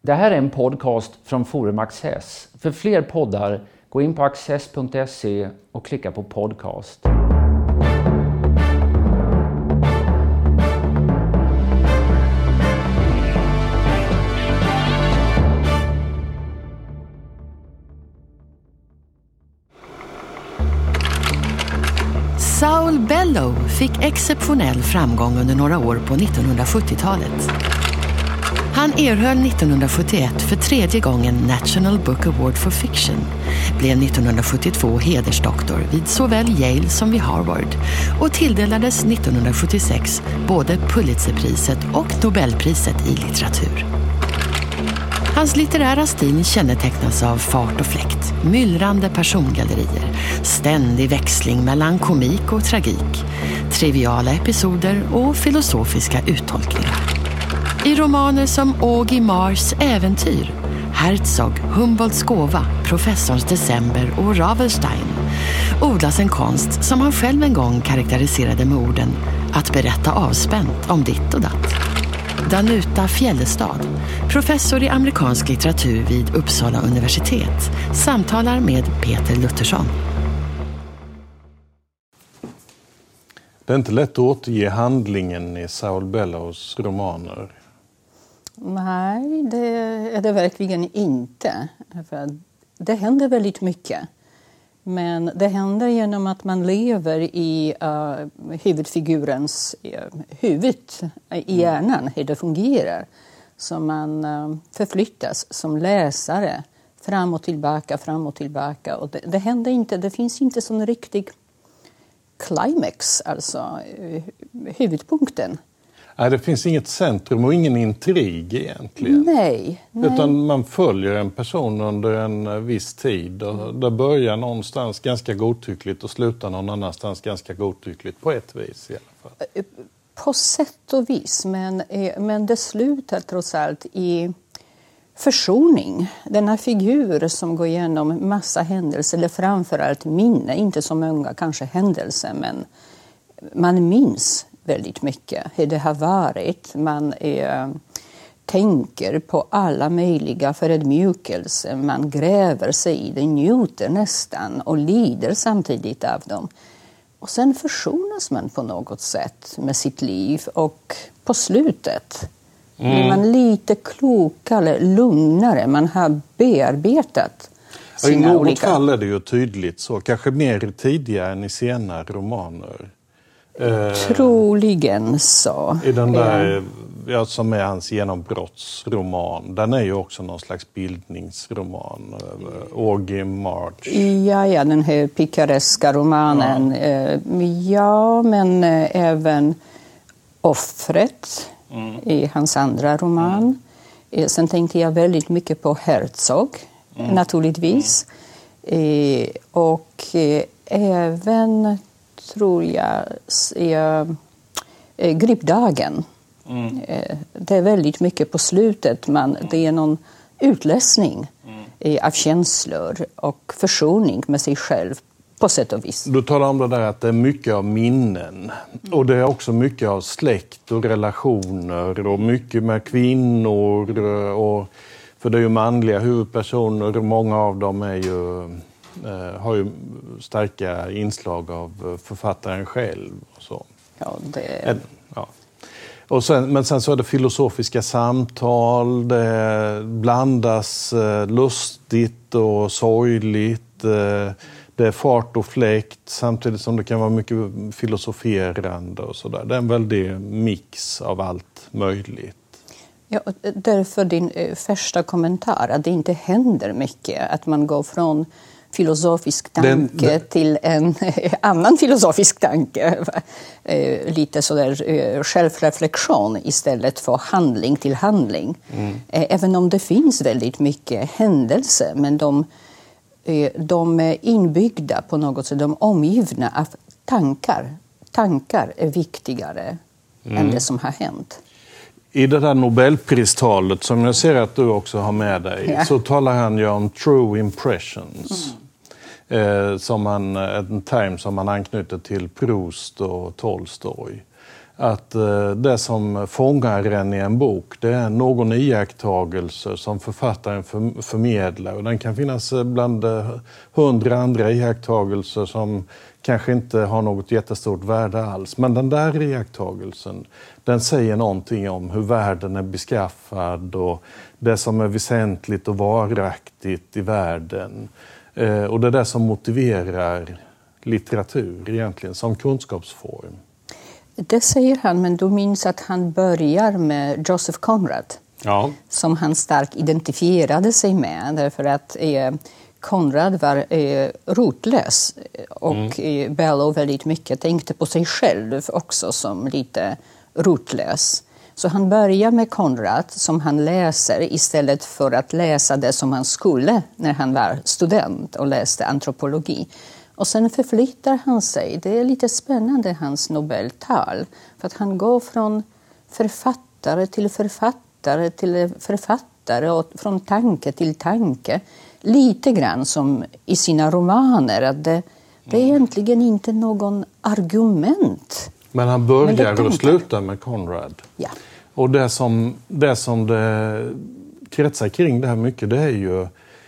Det här är en podcast från Forum Access. För fler poddar, gå in på access.se och klicka på podcast. Saul Bellow fick exceptionell framgång under några år på 1970-talet. Han erhöll 1971 för tredje gången National Book Award for Fiction, blev 1972 hedersdoktor vid såväl Yale som vid Harvard och tilldelades 1976 både Pulitzerpriset och Nobelpriset i litteratur. Hans litterära stil kännetecknas av fart och fläkt, myllrande persongallerier, ständig växling mellan komik och tragik, triviala episoder och filosofiska uttolkningar. I romaner som Augie Marrs Äventyr, Herzog, Humboldts gåva, Professorns december och Ravelstein odlas en konst som han själv en gång karaktäriserade med orden att berätta avspänt om ditt och datt. Danuta Fjällestad, professor i amerikansk litteratur vid Uppsala universitet, samtalar med Peter Luttersson. Det är inte lätt att återge handlingen i Saul Bellows romaner. Nej, det är det verkligen inte. För det händer väldigt mycket. Men det händer genom att man lever i huvudfigurens huvud, i hjärnan, hur det fungerar. Så man förflyttas som läsare fram och tillbaka. Och det händer inte, det finns inte sån riktig climax, alltså huvudpunkten. Nej, det finns inget centrum och ingen intrig egentligen. Nej. Utan man följer en person under en viss tid. Och det börjar någonstans ganska godtyckligt och slutar någon annanstans ganska godtyckligt på ett vis i alla fall. På sätt och vis, men det slutar trots allt i försoning. Denna figur som går igenom massa händelser, eller framförallt minne, inte så många kanske händelser, men man minns väldigt mycket hur det har varit. Man tänker på alla möjliga förödmjukelser. Man gräver sig i det, njuter nästan och lider samtidigt av dem. Och sen försonas man på något sätt med sitt liv. Och på slutet blir man lite klokare, lugnare. Man har bearbetat sina i något olika... fall är det ju tydligt så. Kanske mer tidigare än i senare romaner. Troligen så. I den där, som är hans genombrottsroman, den är ju också någon slags bildningsroman. Augie March. Ja, den här pikareska romanen. Ja, men även Offret i hans andra roman. Sen tänkte jag väldigt mycket på Herzog, naturligtvis. Och även... tror jag, Gripdagen. Det är väldigt mycket på slutet. Det är någon utläsning av känslor och försoning med sig själv på sätt och vis. Du talar om det där att det är mycket av minnen. Och det är också mycket av släkt och relationer och mycket med kvinnor. För det är ju manliga huvudpersoner och många av dem är ju... har ju starka inslag av författaren själv och så. Ja, det... Men sen så är det filosofiska samtal, det blandas lustigt och sorgligt, det är fart och fläkt samtidigt som det kan vara mycket filosoferande och sådär. Det är en väldig mix av allt möjligt. Ja, därför din första kommentar att det inte händer mycket, att man går från filosofisk tanke till en annan filosofisk tanke. Lite sådär självreflektion istället för handling till handling. Även om det finns väldigt mycket händelser, men de är inbyggda på något sätt, de omgivna av tankar. Tankar är viktigare än det som har hänt. I det där Nobelpristalet som jag ser att du också har med dig så talar han ju om true impressions. Som en term som man anknyter till Proust och Tolstoj. att det som fångar en i en bok, det är någon iakttagelse som författaren förmedlar. Och den kan finnas bland 100 andra iakttagelser som kanske inte har något jättestort värde alls. Men den där iakttagelsen, den säger någonting om hur världen är beskaffad och det som är väsentligt och varaktigt i världen. Och det är det som motiverar litteratur egentligen som kunskapsform. Det säger han, men du minns att han börjar med Joseph Conrad. Ja. Som han starkt identifierade sig med, därför att Conrad var rotlös och Bellow väldigt mycket tänkte på sig själv också som lite rotlös. Så han börjar med Conrad som han läser istället för att läsa det som han skulle när han var student och läste antropologi. Och sen förflyttar han sig. Det är lite spännande, hans Nobeltal. För att han går från författare till författare till författare och från tanke till tanke. Lite grann som i sina romaner. Att det är egentligen inte någon argument. Men han börjar och slutar med Conrad. Ja. Och det som det kretsar kring det här mycket, det är ju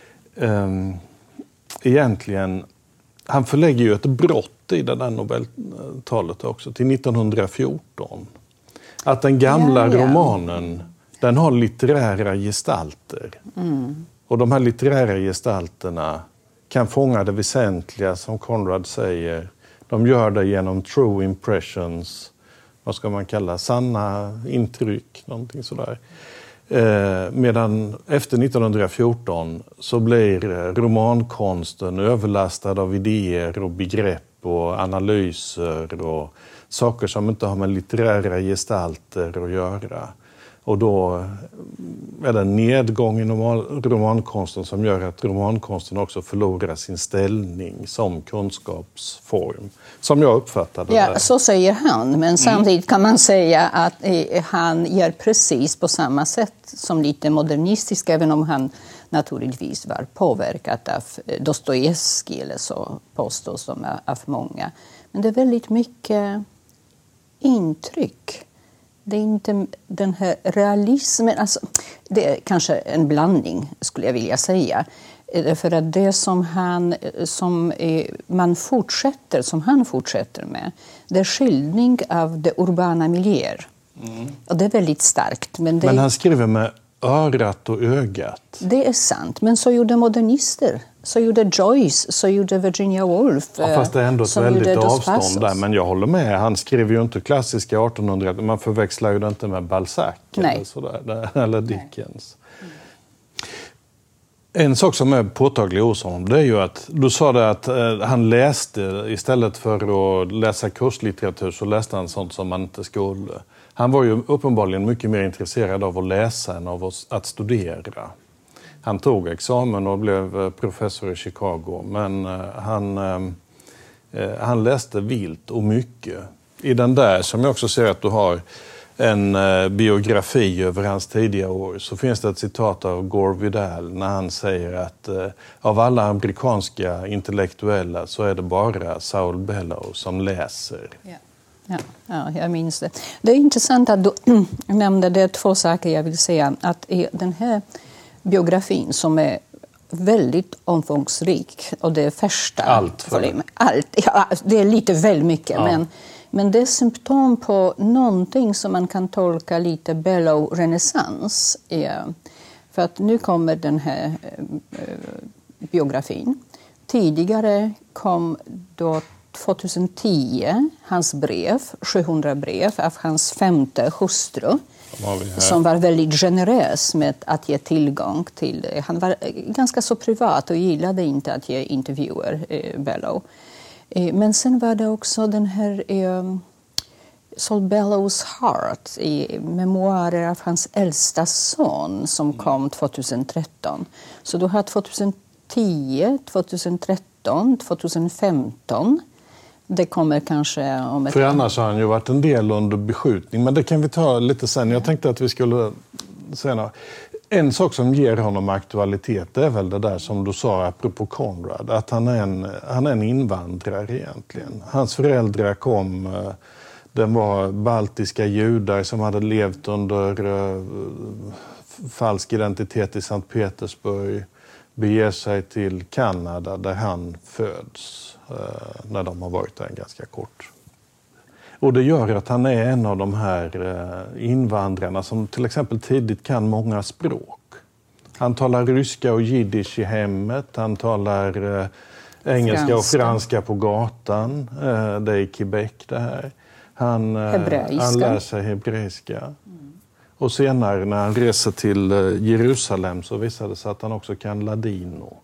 egentligen... Han förlägger ju ett brott i det där Nobeltalet också till 1914. Att den gamla romanen, den har litterära gestalter. Och de här litterära gestalterna kan fånga det väsentliga som Conrad säger. De gör det genom true impressions, vad ska man kalla, sanna intryck, någonting sådär. Medan efter 1914 så blir romankonsten överlastad av idéer och begrepp och analyser och saker som inte har med litterära gestalter att göra. Och då är det en nedgång i romankonsten som gör att romankonsten också förlorar sin ställning som kunskapsform. Som jag uppfattade det. Ja, så säger han. Men samtidigt kan man säga att han gör precis på samma sätt som lite modernistisk, även om han naturligtvis var påverkad av Dostojevskij eller så påstås de av många. Men det är väldigt mycket intryck. Det är inte den här realismen, alltså, det är kanske en blandning skulle jag vilja säga. För att det som han fortsätter med, det är skildring av det urbana miljöer. Och det är väldigt starkt. Men han skriver med örat och ögat. Det är sant, men så gjorde modernister. Så gjorde Joyce, så gjorde Virginia Woolf. Ja, fast det är ändå ett väldigt avstånd där. Men jag håller med, han skrev ju inte klassiska 1800, man förväxlar ju det inte med Balzac eller sådär, eller Dickens. En sak som är påtaglig hos honom, det är ju att du sa det att han läste, istället för att läsa kurslitteratur så läste han sånt som man inte skulle. Han var ju uppenbarligen mycket mer intresserad av att läsa än av att studera. Han tog examen och blev professor i Chicago, men han läste vilt och mycket. I den där, som jag också ser att du har en biografi över hans tidiga år, så finns det ett citat av Gore Vidal när han säger att av alla amerikanska intellektuella så är det bara Saul Bellow som läser. Ja, jag minns det. Det är intressant att du nämnde det, två saker jag vill säga. Att i den här biografin som är väldigt omfångsrik och det är första volymen. Det är lite väl mycket, men det är symptom på någonting som man kan tolka lite Bellow-renässans. För att nu kommer den här biografin. Tidigare kom då 2010 hans brev, 700 brev av hans 5:e hustru. Som var väldigt generös med att ge tillgång till... Han var ganska så privat och gillade inte att ge intervjuer, Bellow. Men sen var det också den här Saul Bellows Heart, i memoarer av hans äldsta son som kom 2013. Så du har 2010, 2013, 2015... Det kommer kanske om ett... För annars har han ju varit en del under beskjutning. Men det kan vi ta lite sen. Jag tänkte att vi skulle senare. En sak som ger honom aktualitet är väl det där som du sa apropå Conrad. Att han är en invandrare egentligen. Hans föräldrar kom Det var baltiska judar som hade levt under falsk identitet i Sankt Petersburg. Beger sig till Kanada där han föds när de har varit där ganska kort. Och det gör att han är en av de här invandrarna som till exempel tidigt kan många språk. Han talar ryska och jiddisch i hemmet, han talar engelska och franska på gatan. Det är i Quebec det här. Han lär sig hebreiska. Och senare när han reser till Jerusalem så visade det sig att han också kan ladino.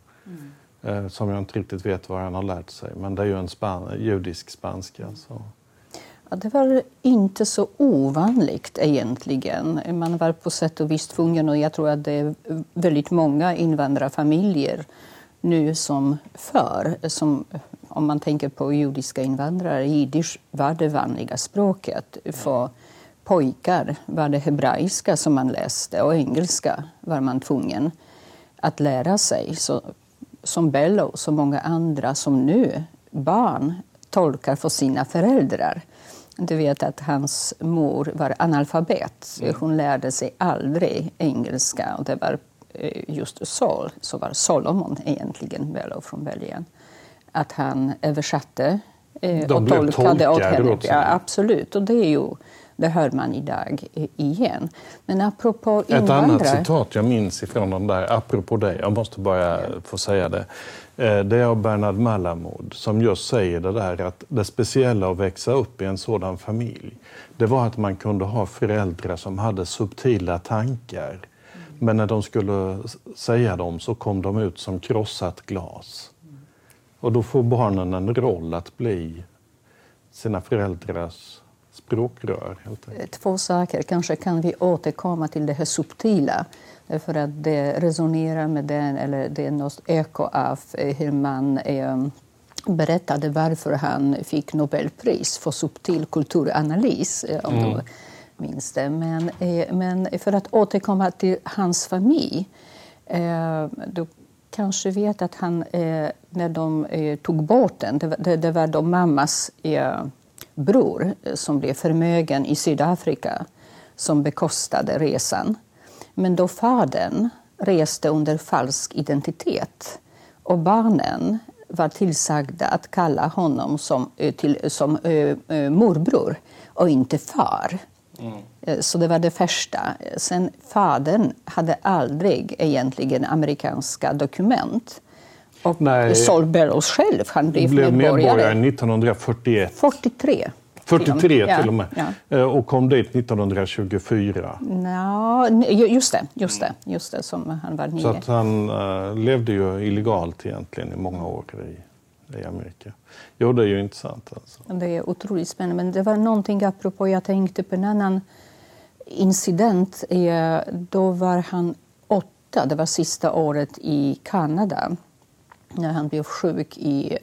Som jag inte riktigt vet vad han har lärt sig. Men det är ju en judisk spanska. Så. Ja, det var inte så ovanligt egentligen. Man var på sätt och vis tvungen, och jag tror att det är väldigt många invandrarfamiljer nu som förr. Om man tänker på judiska invandrare, jiddisch var det vanliga språket. För pojkar var det hebraiska som man läste och engelska var man tvungen att lära sig. Så, som Bello och så många andra som nu barn tolkar för sina föräldrar. Du vet att hans mor var analfabet. Hon lärde sig aldrig engelska och det var just så var Solomon egentligen Bello från Belgien. Att han översatte och tolkade åt henne. Ja, absolut, och det hör man idag igen. Men apropå invandrare... Ett annat citat jag minns ifrån den där, apropå det, jag måste bara få säga det. Det är av Bernard Malamud som just säger det där att det speciella att växa upp i en sådan familj, det var att man kunde ha föräldrar som hade subtila tankar. Men när de skulle säga dem så kom de ut som krossat glas. Och då får barnen en roll att bli sina föräldrars språkrör. Helt enkelt. 2 saker. Kanske kan vi återkomma till det här subtila. För att det resonerar med den, eller det är något eko av hur man berättade varför han fick Nobelpris för subtil kulturanalys. Om du minns det. Men för att återkomma till hans familj. Du kanske vet att han, när de tog båten, det var då mammas bror som blev förmögen i Sydafrika som bekostade resan. Men då fadern reste under falsk identitet och barnen var tillsagda att kalla honom som morbror och inte far. Så det var det första. Sen fadern hade aldrig egentligen amerikanska dokument. Och Saul Bellows själv, han blev medborgare 1941. 43 till och med. Ja. Och kom dit 1924. Just det som han var 9. Så att han levde ju illegalt egentligen i många år i Amerika. Jo, det är ju intressant. Alltså. Det är otroligt spännande. Men det var någonting apropå, jag tänkte på en annan incident. Då var han 8, det var sista året i Kanada. När han blev sjuk i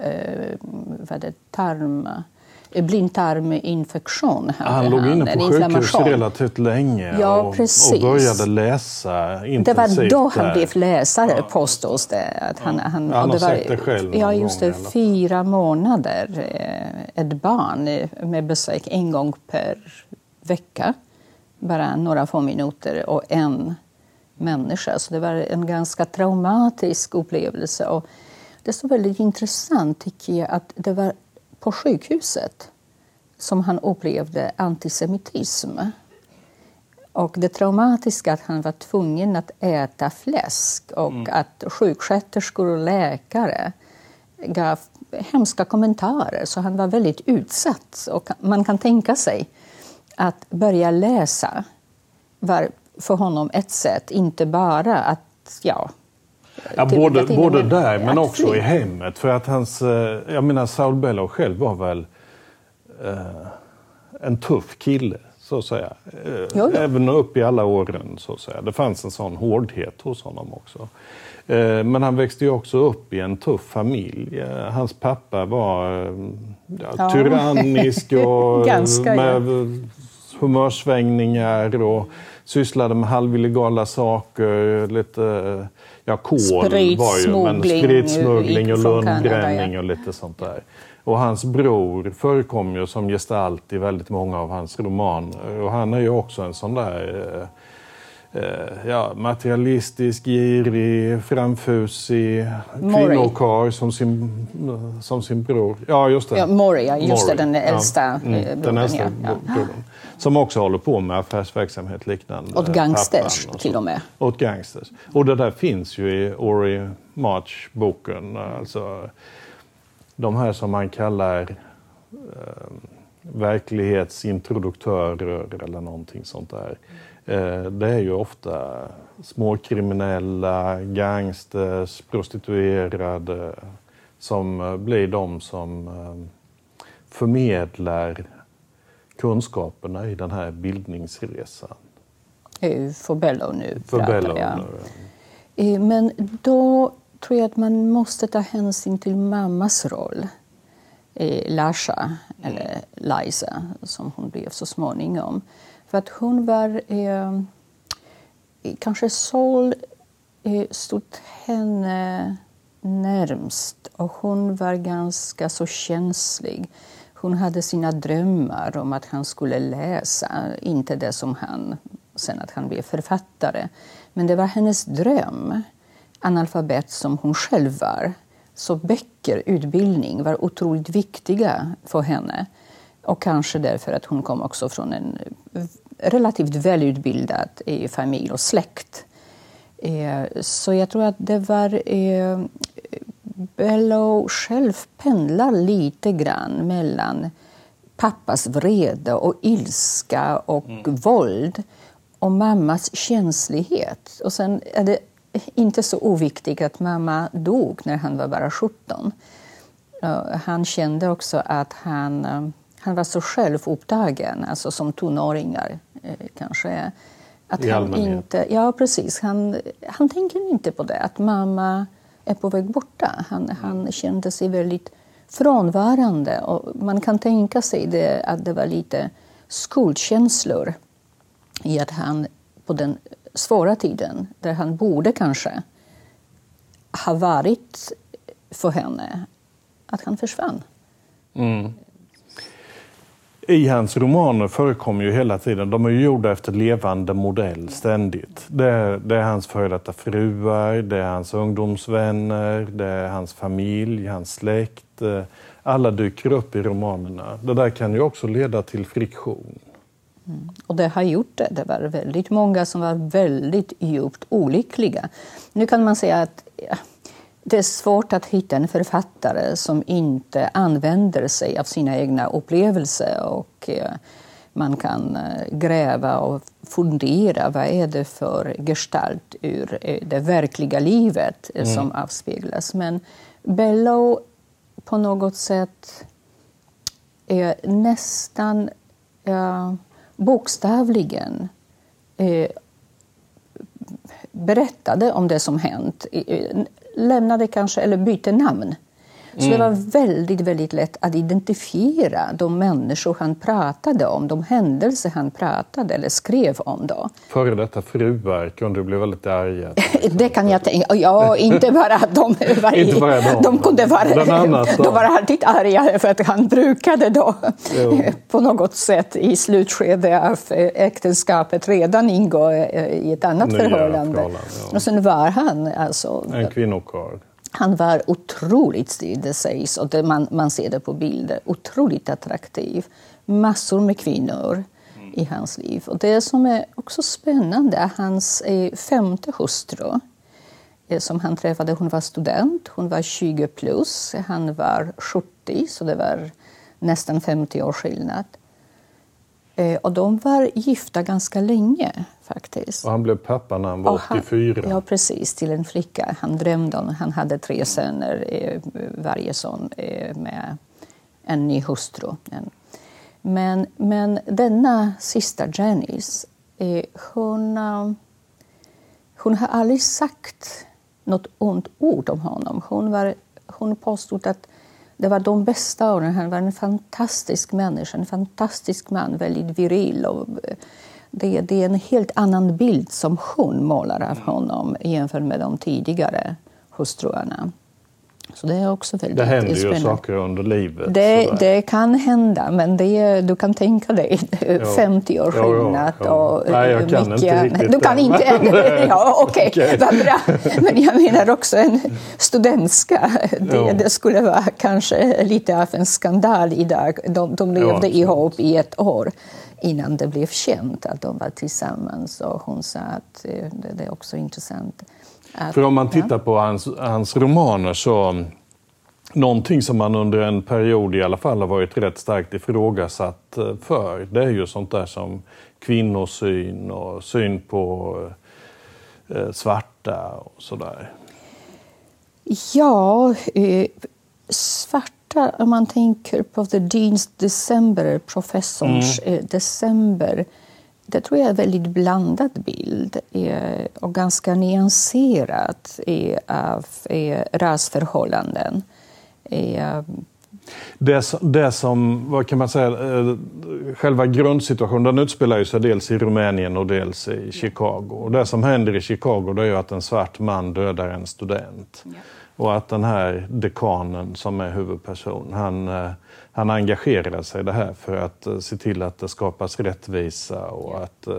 blindtarminfektion. Han låg inne på sjukhus relativt länge och började läsa intensivt. Det var då han blev läsare, påstås det. Att han har sagt det själv. Ja, just det. 4 månader. Ett barn med besök 1 gång per vecka. Bara några få minuter och en människa. Så det var en ganska traumatisk upplevelse. Och det är så väldigt intressant tycker jag att det var på sjukhuset som han upplevde antisemitism. Och det traumatiska att han var tvungen att äta fläsk och att sjuksköterskor och läkare gav hemska kommentarer. Så han var väldigt utsatt. Och man kan tänka sig att börja läsa var för honom ett sätt, inte bara att både där men också i hemmet. För att Saul Bellow själv var väl en tuff kille, så att säga. Även upp i alla åren, så att säga. Det fanns en sån hårdhet hos honom också. Men han växte ju också upp i en tuff familj. Hans pappa var tyrannisk och med humörsvängningar och sysslade med halvillegala saker, lite kol var ju, men spritsmuggling och lundbränning och lite sånt där. Och hans bror förekom ju som gestalt i väldigt många av hans romaner. Och han är ju också en sån där materialistisk, girig, framfusig kvinnokarl som sin bror. Ja, just det. Ja, Maury, just det, den äldsta brodern. Den äldsta brodern. Som också håller på med affärsverksamhet liknande. Åt gangsters till och med. Åt gangsters. Och det där finns ju i Ori March-boken. Alltså de här som man kallar verklighetsintroduktörer eller någonting sånt där. Det är ju ofta småkriminella, gangsters, prostituerade som blir de som förmedlar kunskaperna i den här bildningsresan. För Bellow nu. För Bellow nu. Men då tror jag att man måste ta hänsyn till mammas roll. Lasha, eller Liza, som hon blev så småningom. För att hon var, kanske Saul stod henne närmst och hon var ganska så känslig. Hon hade sina drömmar om att han skulle läsa, inte det som sen att han blev författare. Men det var hennes dröm, analfabet som hon själv var. Så böcker, utbildning var otroligt viktiga för henne. Och kanske därför att hon kom också från en relativt välutbildad familj och släkt. Så jag tror att det var Bellow själv pendlar lite grann mellan pappas vrede och ilska och våld och mammas känslighet. Och sen är det inte så oviktigt att mamma dog när han var bara 17. Han kände också att han var så självupptagen, alltså som tonåringar kanske. Att han inte, ja precis, han tänker inte på det, att mamma är på väg borta. Han kände sig väldigt frånvarande och man kan tänka sig att det var lite skuldkänslor i att han på den svåra tiden, där han borde kanske ha varit för henne, att han försvann. Mm. I hans romaner förekommer ju hela tiden, de är ju gjorda efter levande modell ständigt. Det är hans före detta fruar, det är hans ungdomsvänner, det är hans familj, hans släkt. Alla dyker upp i romanerna. Det där kan ju också leda till friktion. Mm. Och det har gjort det. Det var väldigt många som var väldigt djupt olyckliga. Nu kan man säga att det är svårt att hitta en författare som inte använder sig av sina egna upplevelser och man kan gräva och fundera vad är det för gestalt ur det verkliga livet som avspeglas. Men Bellow på något sätt är nästan bokstavligen berättade om det som hänt, lämnade kanske eller bytte namn. Så det var väldigt, väldigt lätt att identifiera de människor han pratade om, de händelser han pratade eller skrev om då. Före detta fruar kunde bli väldigt arga. Det kan jag tänka. Ja, inte bara de. Inte bara de kunde vara, de var alltid arga för att han brukade då på något sätt i slutskedet av äktenskapet redan ingå i ett annat förhållande. Ja. Och sen var han alltså en kvinnokarl. Han var otroligt, det sägs, och man ser det på bilder, otroligt attraktiv. Massor med kvinnor i hans liv. Och det som är också spännande, hans femte hustru som han träffade, hon var student, hon var 20 plus, han var 70, så det var nästan 50 år skillnad. Och de var gifta ganska länge faktiskt. Och han blev pappa när han var 84. Ja, precis, till en flicka. Han drömde om, han hade 3 söner, varje son med en ny hustru. Men denna sista Janice, hon har aldrig sagt något ont ord om honom. Hon påstod att det var de bästa åren. Han var en fantastisk människa, en fantastisk man, väldigt viril. Och det är en helt annan bild som hon målar av honom jämfört med de tidigare hustruarna. Så det är också väldigt spännande. Det händer ju saker under livet. Det kan hända, men du kan tänka dig 50 år skillnad. Nej, jag kan inte riktigt. Du kan inte än. Ja, okej, vad bra. Men jag menar också en studentska. Det skulle vara kanske lite av en skandal idag. De levde ihop i ett år innan det blev känt att de var tillsammans. Och hon sa att det är också intressant. För om man tittar på hans romaner så någonting som man under en period i alla fall har varit rätt starkt ifrågasatt för, det är ju sånt där som kvinnosyn och syn på svarta och sådär. Ja, svarta, om man tänker på The Dean's December, professorns december, det tror jag är en väldigt blandad bild och ganska nyanserat av rasförhållanden. Det som, vad kan man säga, själva grundsituationen, den utspelar sig dels i Rumänien och dels i Chicago. Och det som händer i Chicago, det är ju att en svart man dödar en student. Ja. Och att den här dekanen som är huvudperson, han engagerar sig i det här för att se till att det skapas rättvisa och att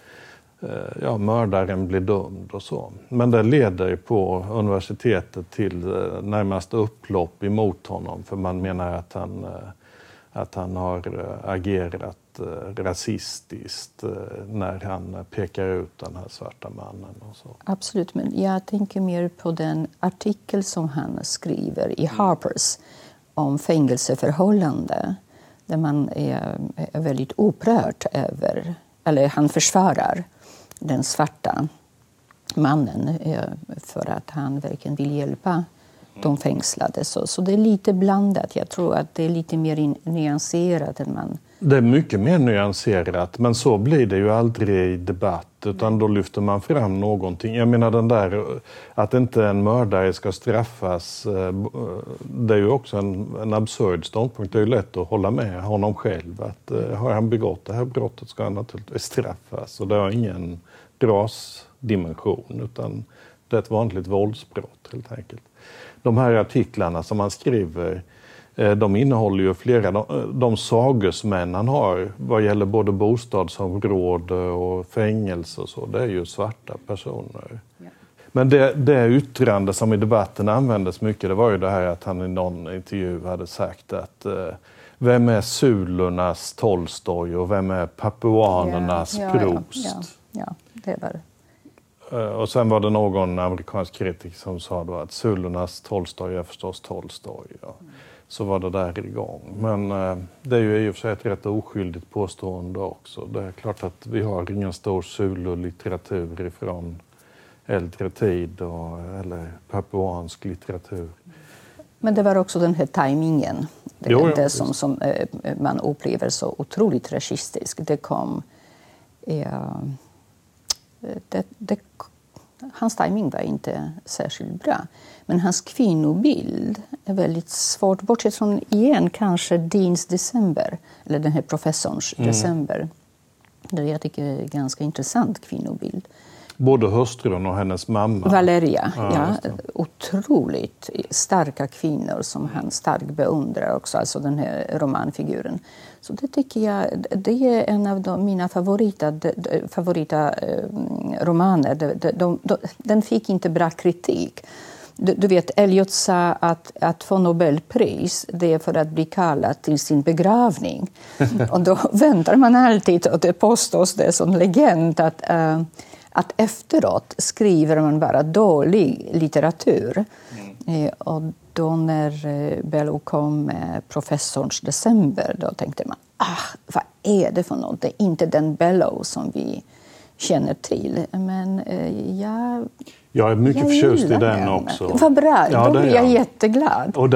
mördaren blir dömd och så. Men det leder på universitetet till närmast upplopp emot honom, för man menar att han har agerat rasistiskt när han pekar ut den här svarta mannen och så. Absolut, men jag tänker mer på den artikel som han skriver i Harper's om fängelseförhållande, där man är väldigt upprörd över, eller han försvarar den svarta mannen för att han verkligen vill hjälpa de fängslade. Så det är lite blandat. Jag tror att det är lite mer nyanserat än man... Det är mycket mer nyanserat, men så blir det ju aldrig i debatt, utan då lyfter man fram någonting. Jag menar den där att inte en mördare ska straffas, det är ju också en absurd ståndpunkt. Det är ju lätt att hålla med honom själv, att har han begått det här brottet ska han naturligtvis straffas. Och det har ingen rasdimension, utan det är ett vanligt våldsbrott helt enkelt. De här artiklarna som han skriver, de innehåller ju flera, de sagesmän han har vad gäller både bostadsområde och fängelse och så, det är ju svarta personer. Ja. Men det yttrande som i debatten användes mycket, det var ju det här att han i någon intervju hade sagt att vem är Zulurnas Tolstoj och vem är papuanernas Proust? Ja, det var det. Och sen var det någon amerikansk kritiker som sa då att Zulurnas Tolstoj är förstås Tolstoj. Ja. Så var det där igång. Men det är ju i och för sig ett rätt oskyldigt påstående också. Det är klart att vi har ingen stor Zulu-litteratur ifrån äldre tid eller papuansk litteratur. Men det var också den här tajmingen. Det som man upplever så otroligt rasistisk. Det kom... hans timing var inte särskilt bra. Men hans kvinnobild är väldigt svårt. Bortsett från igen kanske Dean's December. Eller den här professorns December. Det jag tycker är en ganska intressant kvinnobild. Både hustrun och hennes mamma. Valeria, otroligt starka kvinnor som han starkt beundrar också, alltså den här romanfiguren. Så det tycker jag, det är en av mina favorita romaner. Den fick inte bra kritik. Du vet, Eliot sa att få Nobelpris, det är för att bli kallad till sin begravning. Och då väntar man alltid, och det påstås det som legend, att efteråt skriver man bara dålig litteratur. Och då när Bellow kom med professorns December, då tänkte man, vad är det för något? Det är inte den Bellow som vi känner till. Men jag är mycket förtjust i den också. Vad bra, då blir jag jätteglad. Och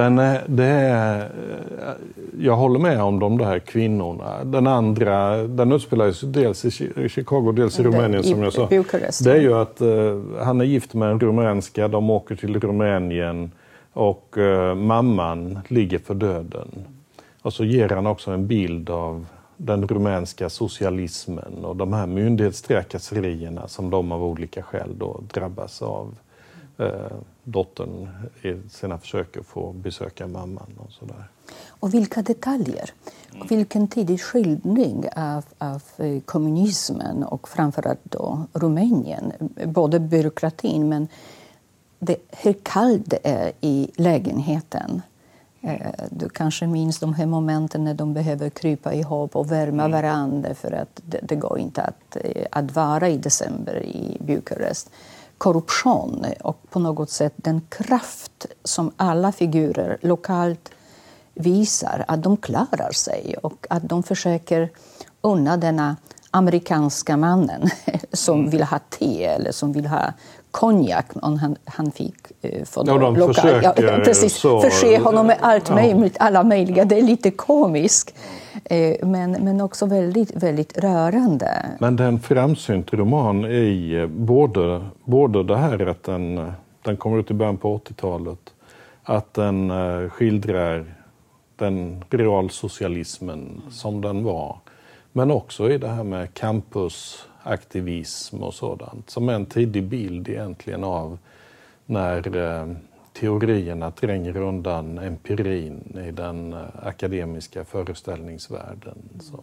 jag håller med om de där kvinnorna. Den andra, den utspelar sig dels i Chicago, dels i Rumänien som jag sa. Bukarest. Det är ju att han är gift med en rumänska, de åker till Rumänien och mamman ligger för döden. Och så ger han också en bild av den rumänska socialismen och de här myndighetstrakasserierna som de av olika skäl då drabbas av. Dottern i sina försök att få besöka mamman och sådär. Och vilka detaljer, och vilken tidig skildring av kommunismen och framförallt då Rumänien, både byråkratin men hur kallt det är i lägenheten. Du kanske minns de här momenten när de behöver krypa ihop och värma varandra för att det går inte att vara i december i Bukarest. Korruption och på något sätt den kraft som alla figurer lokalt visar att de klarar sig och att de försöker unna denna amerikanska mannen som vill ha te eller som vill ha konjak om han fick från lokalt. Precis, förse honom med allt möjligt, alla möjliga. Det är lite komiskt. Men också väldigt, väldigt rörande. Men det är en framsynt roman i både det här att den kommer ut i början på 80-talet, att den skildrar den realsocialismen som den var, men också i det här med campusaktivism och sådant, som är en tidig bild egentligen av när teorierna tränger undan empirin i den akademiska föreställningsvärlden. Så.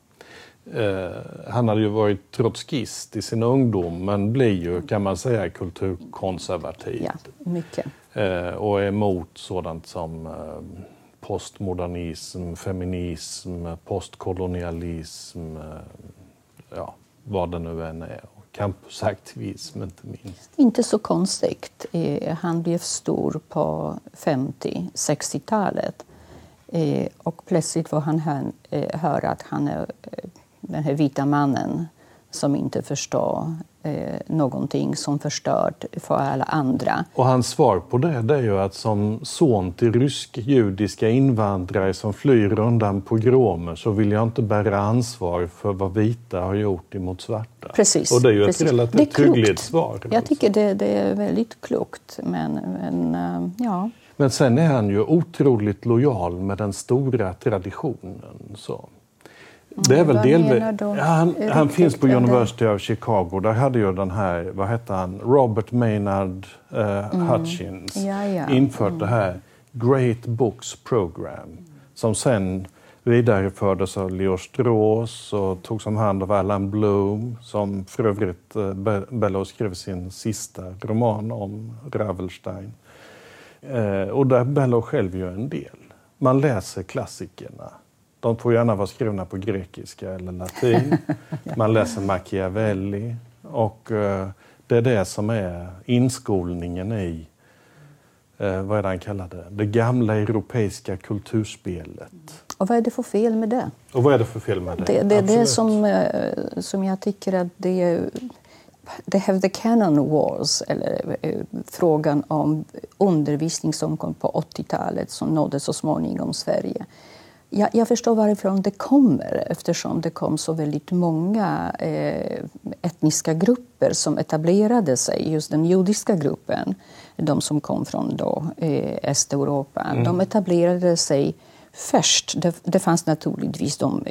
Han hade ju varit trotskist i sin ungdom men blir ju, kan man säga, kulturkonservativ. Ja, mycket. Och är emot sådant som postmodernism, feminism, postkolonialism, vad det nu än är. Campusaktivism inte minst. Inte så konstigt. Han blev stor på 50-60-talet. Och plötsligt får han höra att han är den här vita mannen som inte förstår någonting som förstört för alla andra. Och hans svar på det är ju att som son till rysk-judiska invandrare som flyr undan pogromer så vill jag inte bära ansvar för vad vita har gjort emot svarta. Precis. Och det är ju ett relativt hyggligt svar. Jag tycker det är väldigt klokt. Men ja. Men sen är han ju otroligt lojal med den stora traditionen. Så. Det är väl delvis. Han finns på University of Chicago. Där hade ju den här, vad hette han, Robert Maynard Hutchins infört det här Great Books Program som sen vidarefördes av Leo Strauss och togs om hand av Alan Bloom som för övrigt Bellow skrev sin sista roman om Ravelstein. Och där Bellow själv gör en del. Man läser klassikerna. De får gärna vara skrivna på grekiska eller latin. Man läser Machiavelli. Och det är det som är inskolningen i, vad är det han kallar det gamla europeiska kulturspelet. Och vad är det för fel med det? Och vad är det för fel med det? Det är det som jag tycker att det have the canon wars, eller frågan om undervisning som kom på 80-talet som nådde så småningom Sverige. Jag förstår varifrån det kommer eftersom det kom så väldigt många etniska grupper som etablerade sig. Just den judiska gruppen, de som kom från då, Östeuropa, de etablerade sig först. Det fanns naturligtvis de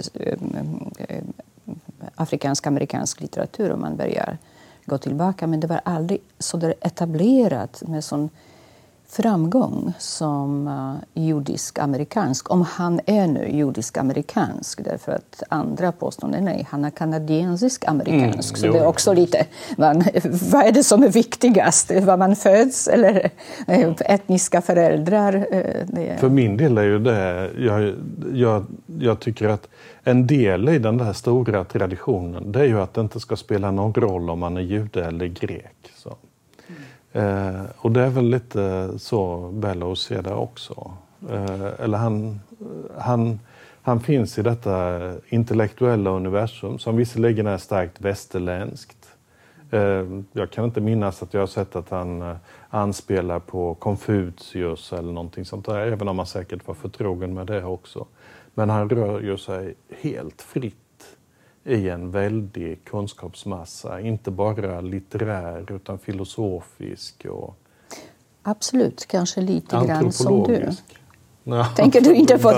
afrikansk-amerikansk litteratur om man börjar gå tillbaka, men det var aldrig så där etablerat med sån framgång som judisk-amerikansk. Om han är nu judisk-amerikansk, därför att andra påstår nej, han är kanadensisk-amerikansk. Så det är också lite, vad är det som är viktigast? Var man föds eller etniska föräldrar? För min del är ju det, jag tycker att en del i den där stora traditionen, det är ju att det inte ska spela någon roll om man är jude eller grek. Så. Och det är väl lite så Bellow ser det också. Eller han finns i detta intellektuella universum som visserligen är starkt västerländskt. Jag kan inte minnas att jag har sett att han anspelar på Konfucius eller någonting sånt där, även om man säkert var förtrogen med det också. Men han rör ju sig helt fritt i en väldig kunskapsmassa, inte bara litterär utan filosofisk och absolut, kanske lite grann som du. Ja. Tänker du inte på det?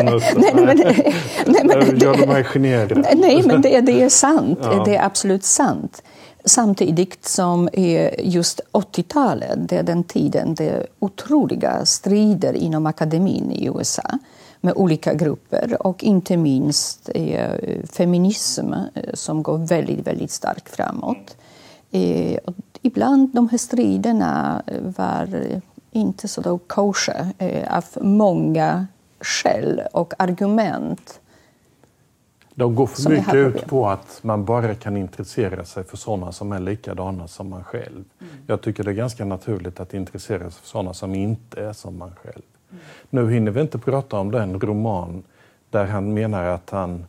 Gör de här generade? Nej, men det är sant. Ja. Det är absolut sant. Samtidigt som just 80-talet, det är den tiden det är otroliga strider inom akademin i USA med olika grupper och inte minst feminism som går väldigt, väldigt starkt framåt. Och ibland de här striderna var inte så då kosher av många skäl och argument. De går för mycket ut på att man bara kan intressera sig för sådana som är likadana som man själv. Jag tycker det är ganska naturligt att intressera sig för sådana som inte är som man själv. Nu hinner vi inte prata om den roman där han menar att han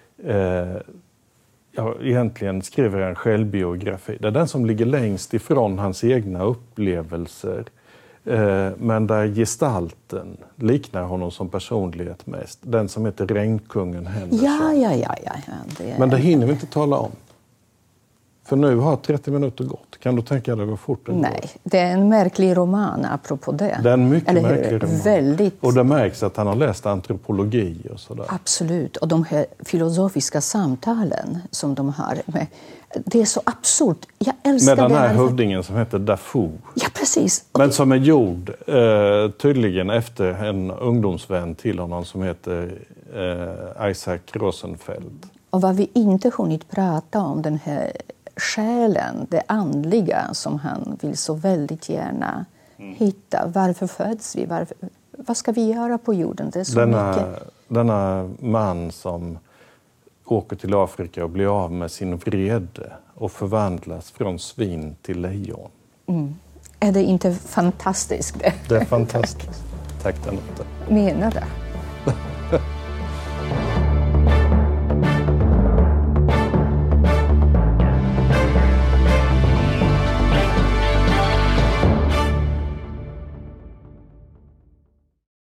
egentligen skriver en självbiografi. Det är den som ligger längst ifrån hans egna upplevelser. Men där gestalten liknar honom som personlighet mest. Den som heter Regnkungen Henderson. Ja. Men det hinner vi inte tala om. För nu har 30 minuter gått. Kan du tänka dig att det går fort? Nej, det är en märklig roman apropå det. Det är en mycket märklig roman. Väldigt... Och det märks att han har läst antropologi och sådär. Absolut. Och de här filosofiska samtalen som de har. Det är så absurt. Jag älskar med den här hövdingen som heter Dafoe. Ja, precis. Men som är gjord tydligen efter en ungdomsvän till honom som heter Isaac Rosenfeld. Och vad vi inte hunnit prata om, den här själen, det andliga som han vill så väldigt gärna hitta. Varför föds vi? Vad ska vi göra på jorden? Det är så mycket. Denna man som åker till Afrika och blir av med sin vrede och förvandlas från svin till lejon. Är det inte fantastiskt? Det är fantastiskt. Tack Danuta. Menar det.